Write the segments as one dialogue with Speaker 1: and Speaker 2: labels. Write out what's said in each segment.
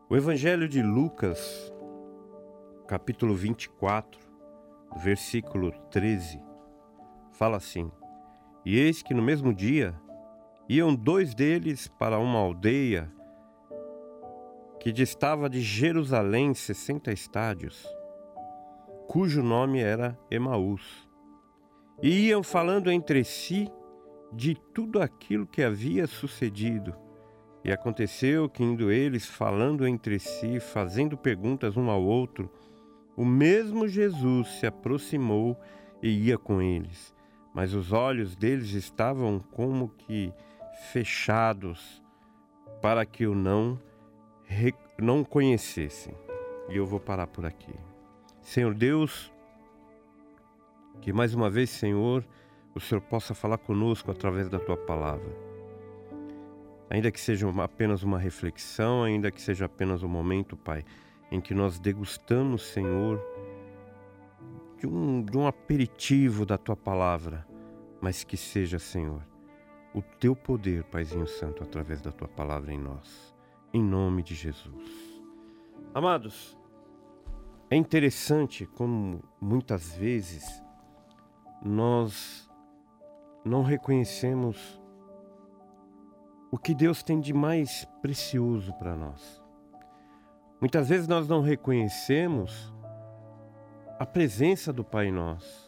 Speaker 1: O Evangelho de Lucas, capítulo 24, versículo 13, fala assim: E eis que no mesmo dia iam dois deles para uma aldeia que distava de Jerusalém 60 estádios, cujo nome era Emaús. E iam falando entre si de tudo aquilo que havia sucedido. E aconteceu que, indo eles falando entre si, fazendo perguntas um ao outro, o mesmo Jesus se aproximou e ia com eles. Mas os olhos deles estavam como que fechados, para que o não conhecessem. E eu vou parar por aqui. Senhor Deus, que mais uma vez, Senhor, o Senhor possa falar conosco através da Tua palavra. Ainda que seja apenas uma reflexão, ainda que seja apenas um momento, Pai, em que nós degustamos, Senhor, de um aperitivo da Tua palavra, mas que seja, Senhor, o Teu poder, Paizinho Santo, através da Tua palavra em nós, em nome de Jesus. Amados, é interessante como muitas vezes nós não reconhecemos o que Deus tem de mais precioso para nós. Muitas vezes nós não reconhecemos a presença do Pai Nosso.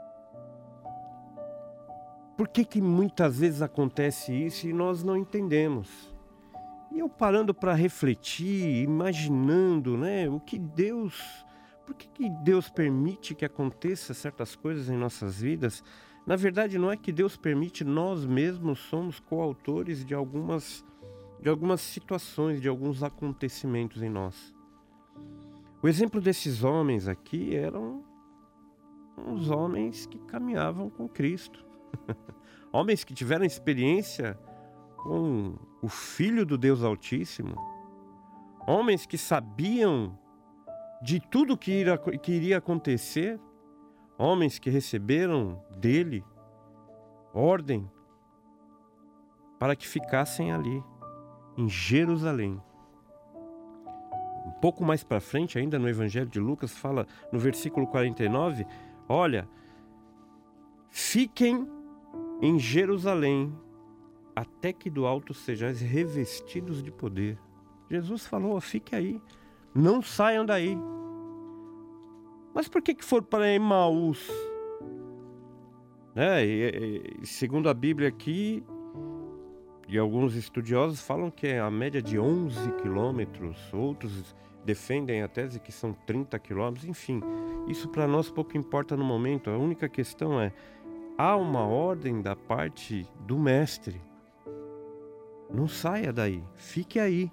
Speaker 1: Por que muitas vezes acontece isso e nós não entendemos? E eu parando para refletir, imaginando, por que Deus permite que aconteça certas coisas em nossas vidas? Na verdade, não é que Deus permite, nós mesmos somos coautores de algumas situações, de alguns acontecimentos em nós. O exemplo desses homens aqui eram uns homens que caminhavam com Cristo. Homens que tiveram experiência com o Filho do Deus Altíssimo. Homens que sabiam de tudo que iria acontecer. Homens que receberam dele ordem para que ficassem ali, em Jerusalém. Um pouco mais para frente, ainda no Evangelho de Lucas, fala no versículo 49, olha, fiquem em Jerusalém, até que do alto sejais revestidos de poder. Jesus falou, fique aí, não saiam daí. Mas por que foram para Emaús? Segundo a Bíblia aqui, e alguns estudiosos falam que é a média de 11 quilômetros, outros defendem a tese que são 30 quilômetros, enfim, isso para nós pouco importa no momento. A única questão é, há uma ordem da parte do mestre, não saia daí, fique aí.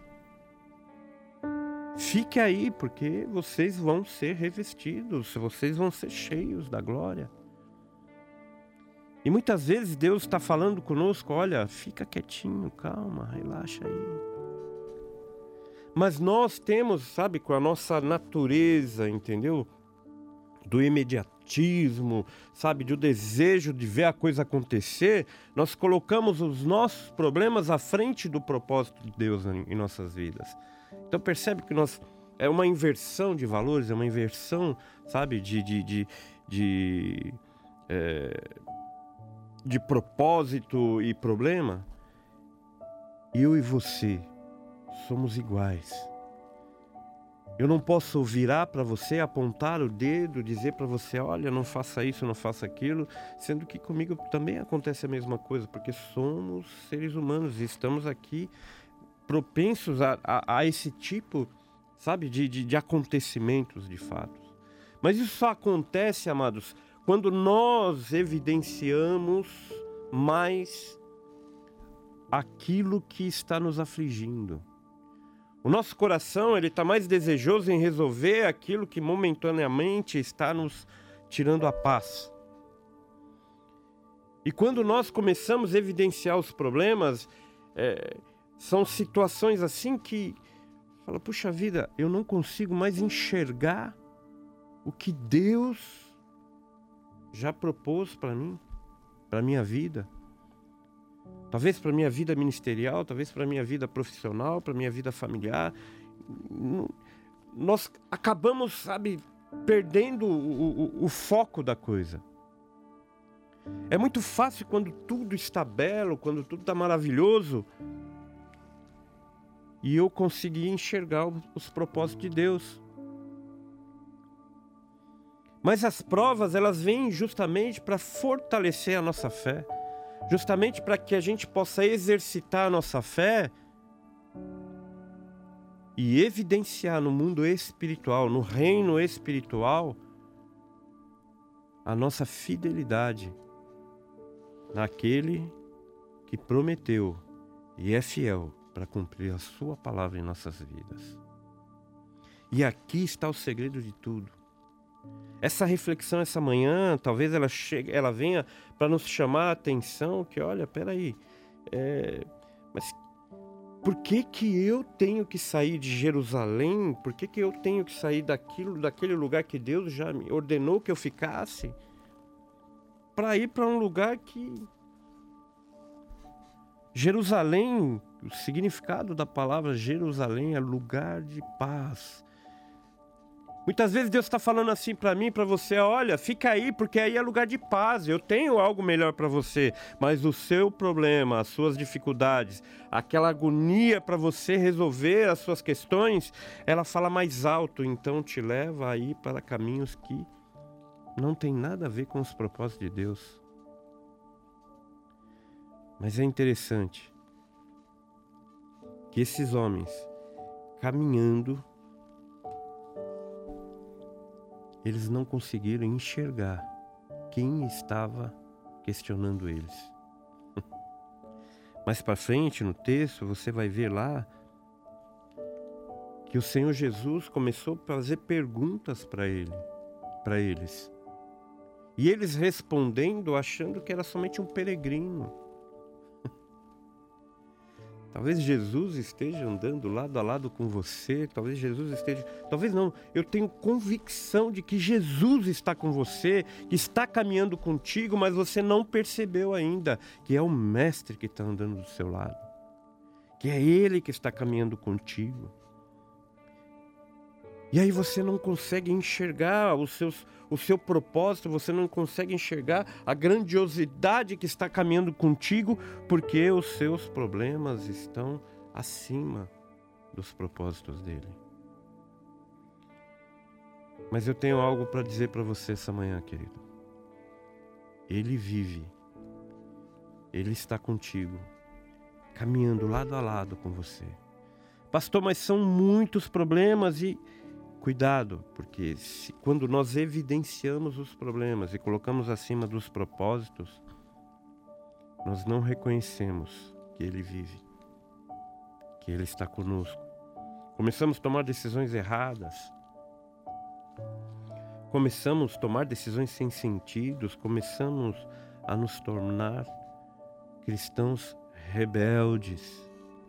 Speaker 1: Fique aí, porque vocês vão ser revestidos, vocês vão ser cheios da glória. E muitas vezes Deus está falando conosco, olha, fica quietinho, calma, relaxa aí. Mas nós temos, com a nossa natureza, entendeu? Do imediatismo, do desejo de ver a coisa acontecer, nós colocamos os nossos problemas à frente do propósito de Deus em nossas vidas. Então percebe que é uma inversão de valores, é uma inversão, de propósito e problema. Eu e você somos iguais. Eu não posso virar para você, apontar o dedo, dizer para você, olha, não faça isso, não faça aquilo, sendo que comigo também acontece a mesma coisa, porque somos seres humanos e estamos aqui propensos a esse tipo, de acontecimentos, de fatos. Mas isso só acontece, amados, quando nós evidenciamos mais aquilo que está nos afligindo. O nosso coração, ele está mais desejoso em resolver aquilo que momentaneamente está nos tirando a paz. E quando nós começamos a evidenciar os problemas, são situações assim que fala, puxa vida, eu não consigo mais enxergar o que Deus já propôs para mim, para minha vida. Talvez para minha vida ministerial, talvez para minha vida profissional, para minha vida familiar. nós acabamos, sabe, perdendo o foco da coisa. É muito fácil quando tudo está belo, quando tudo está maravilhoso, e eu consegui enxergar os propósitos de Deus. Mas as provas, elas vêm justamente para fortalecer a nossa fé, justamente para que a gente possa exercitar a nossa fé e evidenciar no mundo espiritual, no reino espiritual, a nossa fidelidade naquele que prometeu e é fiel para cumprir a sua palavra em nossas vidas. E aqui está o segredo de tudo. Essa reflexão essa manhã, talvez ela venha para nos chamar a atenção que, olha, peraí, mas por que eu tenho que sair de Jerusalém? Por que eu tenho que sair daquele lugar que Deus já me ordenou que eu ficasse? Para ir para um lugar que... Jerusalém, o significado da palavra Jerusalém é lugar de paz. Muitas vezes Deus está falando assim para mim, para você, olha, fica aí, porque aí é lugar de paz, eu tenho algo melhor para você, mas o seu problema, as suas dificuldades, aquela agonia para você resolver as suas questões, ela fala mais alto, então te leva a ir para caminhos que não tem nada a ver com os propósitos de Deus. Mas é interessante que esses homens, caminhando, eles não conseguiram enxergar quem estava questionando eles. Mais para frente no texto você vai ver lá que o Senhor Jesus começou a fazer perguntas para eles. E eles respondendo achando que era somente um peregrino. Talvez Jesus esteja andando lado a lado com você, talvez Jesus esteja... Talvez não, eu tenho convicção de que Jesus está com você, que está caminhando contigo, mas você não percebeu ainda que é o Mestre que está andando do seu lado, que é Ele que está caminhando contigo. E aí você não consegue enxergar o seu propósito, você não consegue enxergar a grandiosidade que está caminhando contigo, porque os seus problemas estão acima dos propósitos dele. Mas eu tenho algo para dizer para você essa manhã, querido. Ele vive, Ele está contigo, caminhando lado a lado com você. Pastor, mas são muitos problemas e... Cuidado, porque quando nós evidenciamos os problemas e colocamos acima dos propósitos, nós não reconhecemos que Ele vive, que Ele está conosco. Começamos a tomar decisões erradas, começamos a tomar decisões sem sentido, começamos a nos tornar cristãos rebeldes.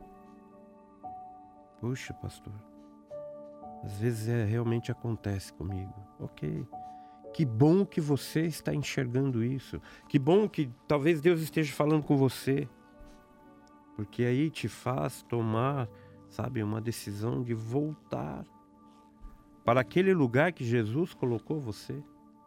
Speaker 1: Puxa, pastor, às vezes realmente acontece comigo. Ok. Que bom que você está enxergando isso. Que bom que talvez Deus esteja falando com você. Porque aí te faz tomar, sabe, uma decisão de voltar para aquele lugar que Jesus colocou você.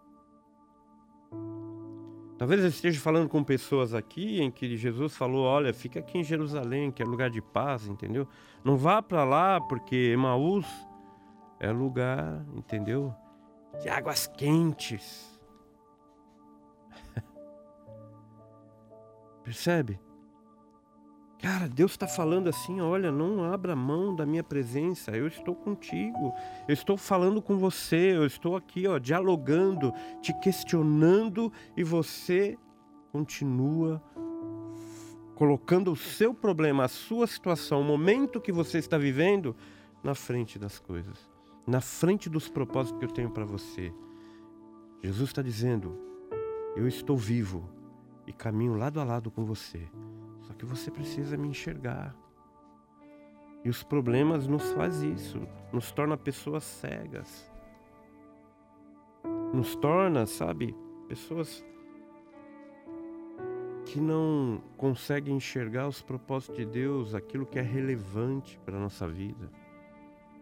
Speaker 1: Talvez eu esteja falando com pessoas aqui em que Jesus falou, olha, fica aqui em Jerusalém, que é lugar de paz, entendeu? Não vá para lá, porque Emaús é lugar, entendeu? De águas quentes. Percebe? Cara, Deus está falando assim, olha, não abra mão da minha presença, eu estou contigo, eu estou falando com você, eu estou aqui, ó, dialogando, te questionando e você continua colocando o seu problema, a sua situação, o momento que você está vivendo na frente das coisas. Na frente dos propósitos que eu tenho para você. Jesus está dizendo, eu estou vivo e caminho lado a lado com você. Só que você precisa me enxergar. E os problemas nos fazem isso, nos torna pessoas cegas. Nos torna, sabe, pessoas que não conseguem enxergar os propósitos de Deus, aquilo que é relevante para a nossa vida.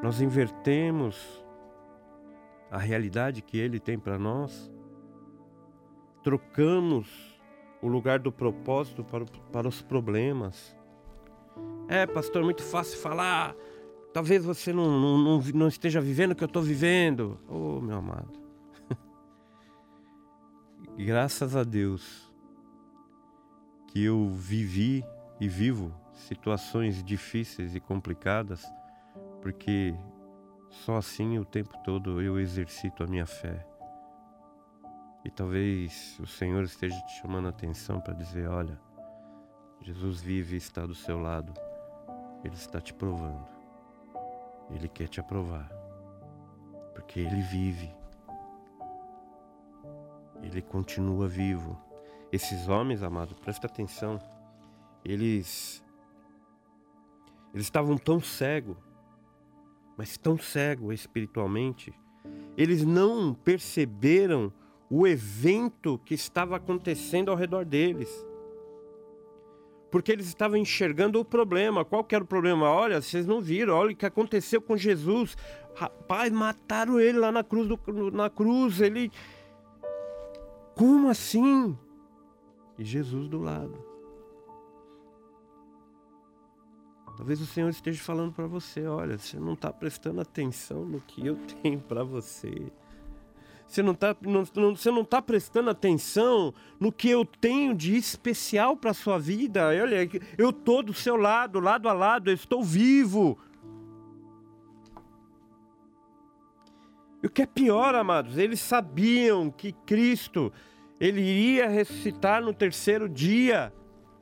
Speaker 1: Nós invertemos a realidade que Ele tem para nós. Trocamos o lugar do propósito para os problemas. Pastor, é muito fácil falar. Talvez você não esteja vivendo o que eu estou vivendo. Oh, meu amado. Graças a Deus que eu vivi e vivo situações difíceis e complicadas, porque só assim o tempo todo eu exercito a minha fé. E talvez o Senhor esteja te chamando a atenção para dizer: olha, Jesus vive e está do seu lado. Ele está te provando. Ele quer te aprovar. Porque Ele vive. Ele continua vivo. Esses homens, amado, presta atenção. Eles estavam tão cegos, mas tão cegos espiritualmente. Eles não perceberam o evento que estava acontecendo ao redor deles. Porque eles estavam enxergando o problema. Qual que era o problema? Olha, vocês não viram, olha o que aconteceu com Jesus. Rapaz, mataram ele lá na cruz. Ele... Como assim? E Jesus do lado. Talvez o Senhor esteja falando para você: olha, você não está prestando atenção no que eu tenho para você. Você não tá prestando atenção no que eu tenho de especial para a sua vida. Olha, eu estou do seu lado, lado a lado, eu estou vivo. E o que é pior, amados, eles sabiam que Cristo, Ele iria ressuscitar no terceiro dia.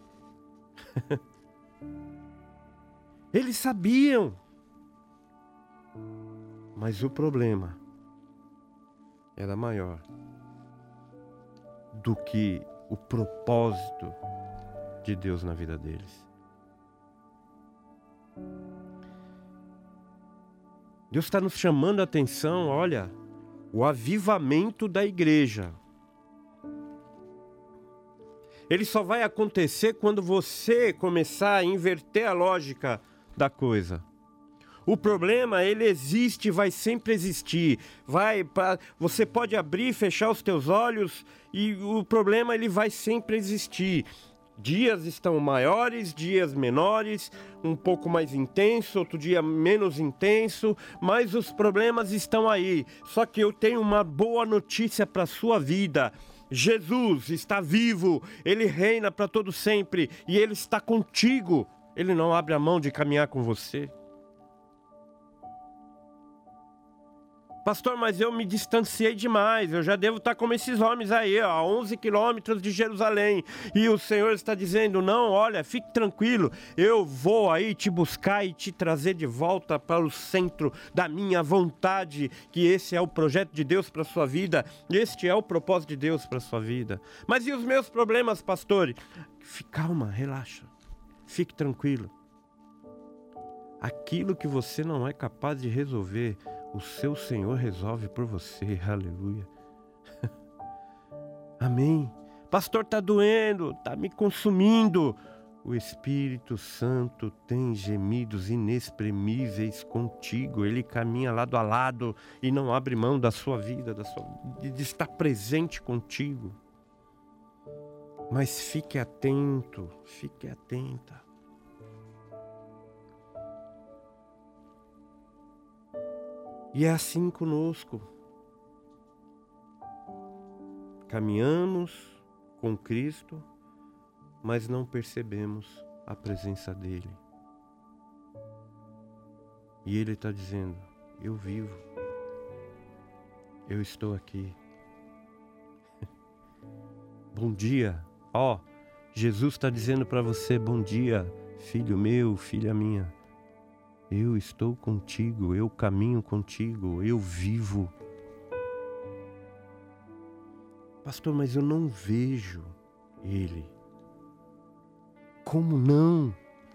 Speaker 1: Eles sabiam. Mas o problema era maior do que o propósito de Deus na vida deles. Deus está nos chamando a atenção, olha, o avivamento da igreja. Ele só vai acontecer quando você começar a inverter a lógica da coisa. O problema, ele existe, vai sempre existir. Você pode abrir e fechar os teus olhos e o problema, ele vai sempre existir. Dias estão maiores, dias menores, um pouco mais intenso, outro dia menos intenso, mas os problemas estão aí. Só que eu tenho uma boa notícia para a sua vida. Jesus está vivo, Ele reina para todo sempre e Ele está contigo. Ele não abre a mão de caminhar com você. Pastor, mas eu me distanciei demais, eu já devo estar como esses homens aí, a 11 quilômetros de Jerusalém. E o Senhor está dizendo: não, olha, fique tranquilo, eu vou aí te buscar e te trazer de volta para o centro da minha vontade, que esse é o projeto de Deus para a sua vida, este é o propósito de Deus para a sua vida. Mas e os meus problemas, pastor? Calma, relaxa, fique tranquilo. Aquilo que você não é capaz de resolver, o seu Senhor resolve por você, aleluia. Amém. Pastor, está doendo, está me consumindo. O Espírito Santo tem gemidos inexprimíveis contigo. Ele caminha lado a lado e não abre mão da sua vida, de estar presente contigo. Mas fique atento, fique atenta. E é assim conosco. Caminhamos com Cristo, mas não percebemos a presença dEle. E Ele está dizendo: eu vivo, eu estou aqui. Bom dia. Jesus está dizendo para você: bom dia, filho meu, filha minha. Eu estou contigo, eu caminho contigo, eu vivo. Pastor, mas eu não vejo Ele. Como não?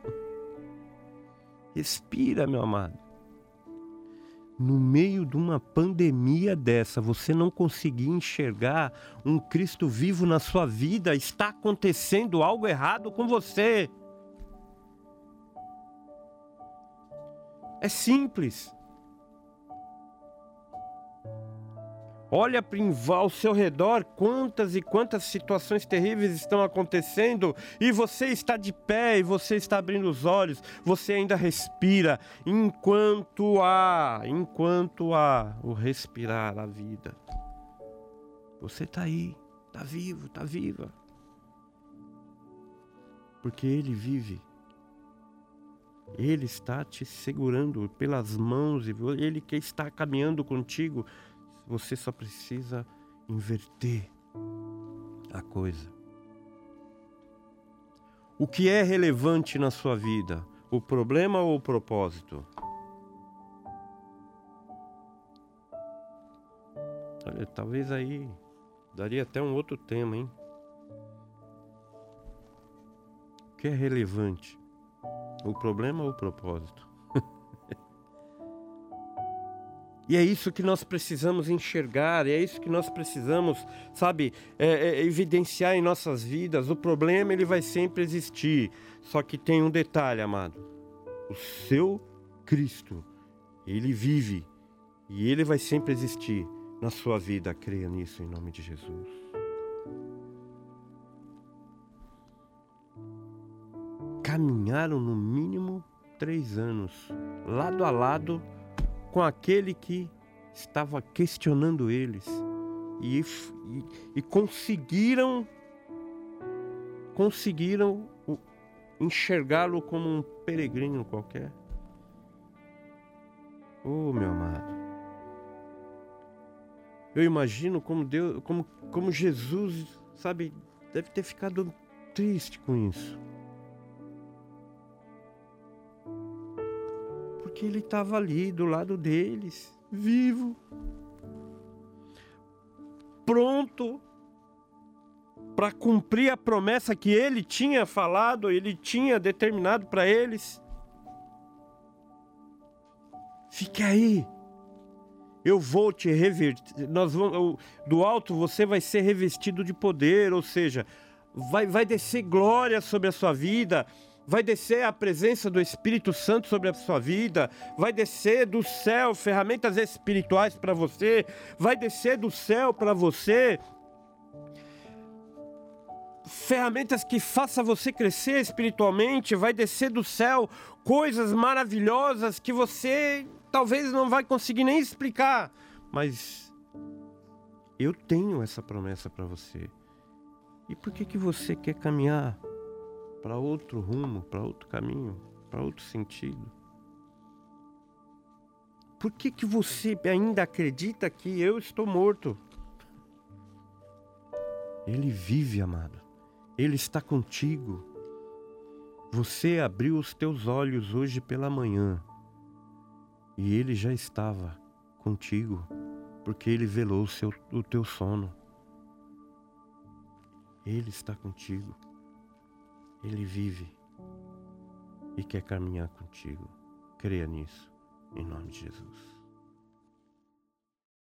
Speaker 1: Respira, meu amado. No meio de uma pandemia dessa, você não conseguir enxergar um Cristo vivo na sua vida, está acontecendo algo errado com você. É simples. Olha ao seu redor, quantas e quantas situações terríveis estão acontecendo, e você está de pé, e você está abrindo os olhos, você ainda respira, enquanto há o respirar, a vida. Você está aí, está vivo, está viva. Porque Ele vive. Ele está te segurando pelas mãos, e Ele que está caminhando contigo. Você só precisa inverter a coisa. O que é relevante na sua vida? O problema ou o propósito? Olha, talvez aí daria até um outro tema, hein? O que é relevante? O problema ou o propósito? E é isso que nós precisamos enxergar, é isso que nós precisamos, sabe, evidenciar em nossas vidas. O problema, ele vai sempre existir, só que tem um detalhe, amado. O seu Cristo, Ele vive, e Ele vai sempre existir na sua vida. Creia nisso em nome de Jesus. Caminharam no mínimo 3 anos, lado a lado, com aquele que estava questionando eles, e conseguiram enxergá-lo como um peregrino qualquer. Oh, meu amado, eu imagino como Jesus, sabe, deve ter ficado triste com isso. Porque ele estava ali do lado deles, vivo, pronto para cumprir a promessa que ele tinha falado, ele tinha determinado para eles. Fique aí, eu vou te reverter. Do alto você vai ser revestido de poder, ou seja, vai descer glória sobre a sua vida. Vai descer a presença do Espírito Santo sobre a sua vida. Vai descer do céu ferramentas espirituais para você. Vai descer do céu para você ferramentas que façam você crescer espiritualmente. Vai descer do céu coisas maravilhosas que você talvez não vai conseguir nem explicar. Mas eu tenho essa promessa para você. E por que você quer caminhar para outro rumo, para outro caminho, para outro sentido? Por que você ainda acredita que eu estou morto? Ele vive, amado. Ele está contigo. Você abriu os teus olhos hoje pela manhã e Ele já estava contigo, porque Ele velou o teu sono. Ele está contigo. Ele vive e quer caminhar contigo. Creia nisso, em nome de Jesus.